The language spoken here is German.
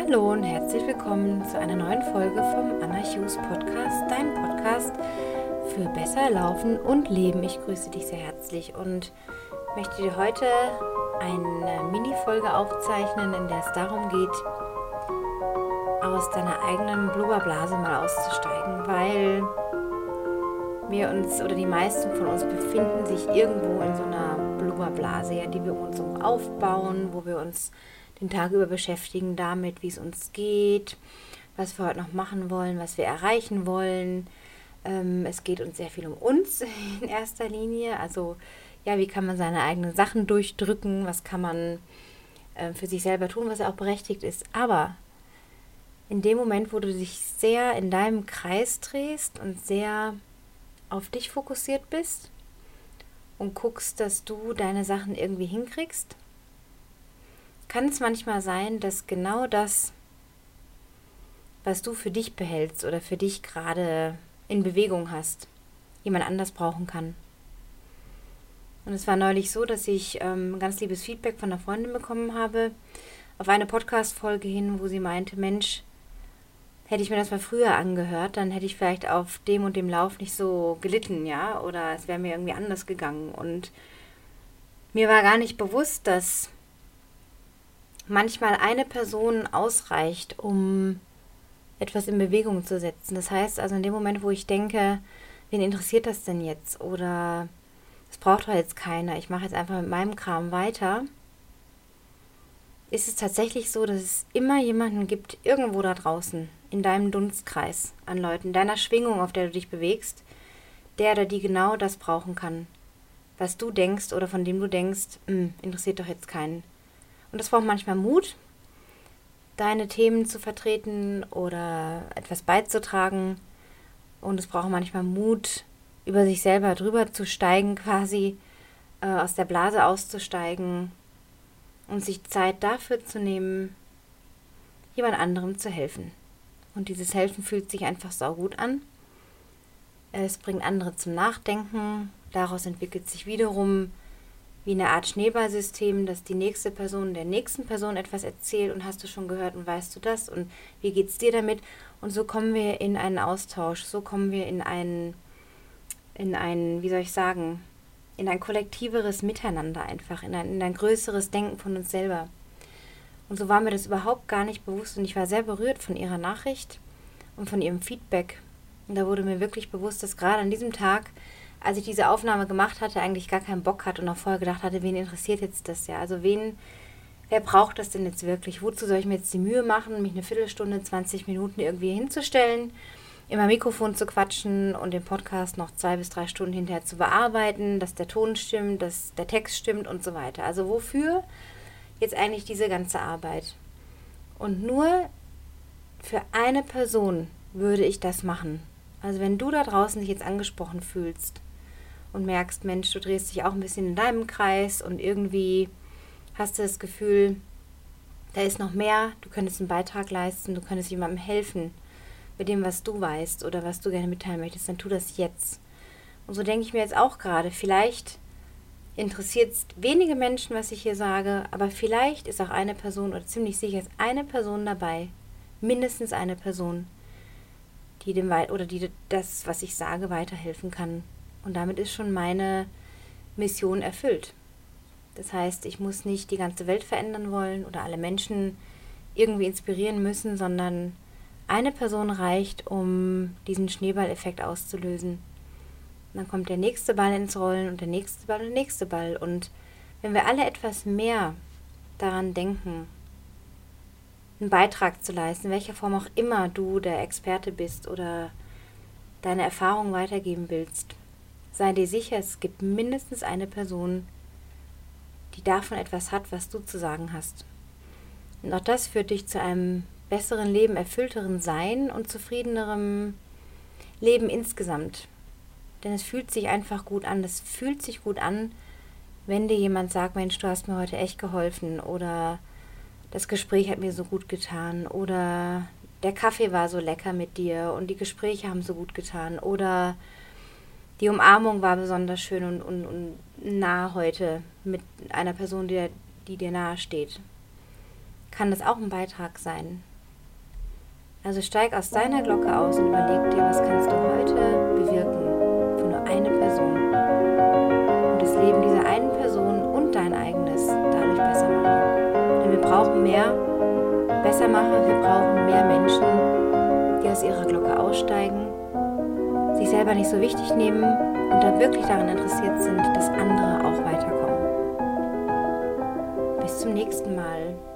Hallo und herzlich willkommen zu einer neuen Folge vom Anna Hughes Podcast, dein Podcast für besser laufen und leben. Ich grüße dich sehr herzlich und möchte dir heute eine Mini-Folge aufzeichnen, in der es darum geht, aus deiner eigenen Blubberblase mal auszusteigen, weil wir uns oder die meisten von uns befinden sich irgendwo in so einer Blubberblase, ja, die wir uns aufbauen, wo wir uns den Tag über beschäftigen damit, wie es uns geht, was wir heute noch machen wollen, was wir erreichen wollen. Es geht uns sehr viel um uns in erster Linie. Also ja, wie kann man seine eigenen Sachen durchdrücken, was kann man für sich selber tun, was ja auch berechtigt ist. Aber in dem Moment, wo du dich sehr in deinem Kreis drehst und sehr auf dich fokussiert bist und guckst, dass du deine Sachen irgendwie hinkriegst, kann es manchmal sein, dass genau das, was du für dich behältst oder für dich gerade in Bewegung hast, jemand anders brauchen kann. Und es war neulich so, dass ich ganz liebes Feedback von einer Freundin bekommen habe auf eine Podcast-Folge hin, wo sie meinte, Mensch, hätte ich mir das mal früher angehört, dann hätte ich vielleicht auf dem und dem Lauf nicht so gelitten, ja, oder es wäre mir irgendwie anders gegangen. Und mir war gar nicht bewusst, dass manchmal eine Person ausreicht, um etwas in Bewegung zu setzen. Das heißt also in dem Moment, wo ich denke, wen interessiert das denn jetzt? Oder es braucht doch jetzt keiner, ich mache jetzt einfach mit meinem Kram weiter, ist es tatsächlich so, dass es immer jemanden gibt, irgendwo da draußen, in deinem Dunstkreis an Leuten, deiner Schwingung, auf der du dich bewegst, der oder die genau das brauchen kann, was du denkst oder von dem du denkst, interessiert doch jetzt keinen. Und das braucht manchmal Mut, deine Themen zu vertreten oder etwas beizutragen. Und es braucht manchmal Mut, über sich selber drüber zu steigen, quasi aus der Blase auszusteigen und sich Zeit dafür zu nehmen, jemand anderem zu helfen. Und dieses Helfen fühlt sich einfach saugut an. Es bringt andere zum Nachdenken. Daraus entwickelt sich wiederum wie eine Art Schneeballsystem, dass die nächste Person der nächsten Person etwas erzählt und hast du schon gehört und weißt du das und wie geht's dir damit? Und so kommen wir in einen Austausch, so kommen wir in ein, wie soll ich sagen, in ein kollektiveres Miteinander einfach, in ein größeres Denken von uns selber. Und so war mir das überhaupt gar nicht bewusst und ich war sehr berührt von ihrer Nachricht und von ihrem Feedback. Und da wurde mir wirklich bewusst, dass gerade an diesem Tag, als ich diese Aufnahme gemacht hatte, eigentlich gar keinen Bock hatte und auch vorher gedacht hatte, wen interessiert jetzt das ja? Also wer braucht das denn jetzt wirklich? Wozu soll ich mir jetzt die Mühe machen, mich eine Viertelstunde, 20 Minuten irgendwie hinzustellen, in mein Mikrofon zu quatschen und den Podcast noch 2 bis 3 Stunden hinterher zu bearbeiten, dass der Ton stimmt, dass der Text stimmt und so weiter. Also wofür jetzt eigentlich diese ganze Arbeit? Und nur für eine Person würde ich das machen. Also wenn du da draußen dich jetzt angesprochen fühlst und merkst, Mensch, du drehst dich auch ein bisschen in deinem Kreis und irgendwie hast du das Gefühl, da ist noch mehr, du könntest einen Beitrag leisten, du könntest jemandem helfen mit dem, was du weißt oder was du gerne mitteilen möchtest, dann tu das jetzt. Und so denke ich mir jetzt auch gerade, vielleicht interessiert es wenige Menschen, was ich hier sage, aber vielleicht ist auch eine Person oder ziemlich sicher ist eine Person dabei, mindestens eine Person, die das, was ich sage, weiterhelfen kann. Und damit ist schon meine Mission erfüllt. Das heißt, ich muss nicht die ganze Welt verändern wollen oder alle Menschen irgendwie inspirieren müssen, sondern eine Person reicht, um diesen Schneeballeffekt auszulösen. Und dann kommt der nächste Ball ins Rollen und der nächste Ball und der nächste Ball. Und wenn wir alle etwas mehr daran denken, einen Beitrag zu leisten, in welcher Form auch immer du der Experte bist oder deine Erfahrung weitergeben willst, sei dir sicher, es gibt mindestens eine Person, die davon etwas hat, was du zu sagen hast. Und auch das führt dich zu einem besseren Leben, erfüllteren Sein und zufriedenerem Leben insgesamt. Denn es fühlt sich einfach gut an. Es fühlt sich gut an, wenn dir jemand sagt, Mensch, du hast mir heute echt geholfen oder das Gespräch hat mir so gut getan oder der Kaffee war so lecker mit dir und die Gespräche haben so gut getan oder die Umarmung war besonders schön und nah heute mit einer Person, die dir nahe steht. Kann das auch ein Beitrag sein? Also steig aus deiner Glocke aus und überleg dir, was kannst du heute bewirken für nur eine Person. Und das Leben dieser einen Person und dein eigenes dadurch besser machen. Denn wir brauchen mehr Bessermacher, wir brauchen mehr Menschen, die aus ihrer Glocke aussteigen, sich selber nicht so wichtig nehmen und da wirklich daran interessiert sind, dass andere auch weiterkommen. Bis zum nächsten Mal.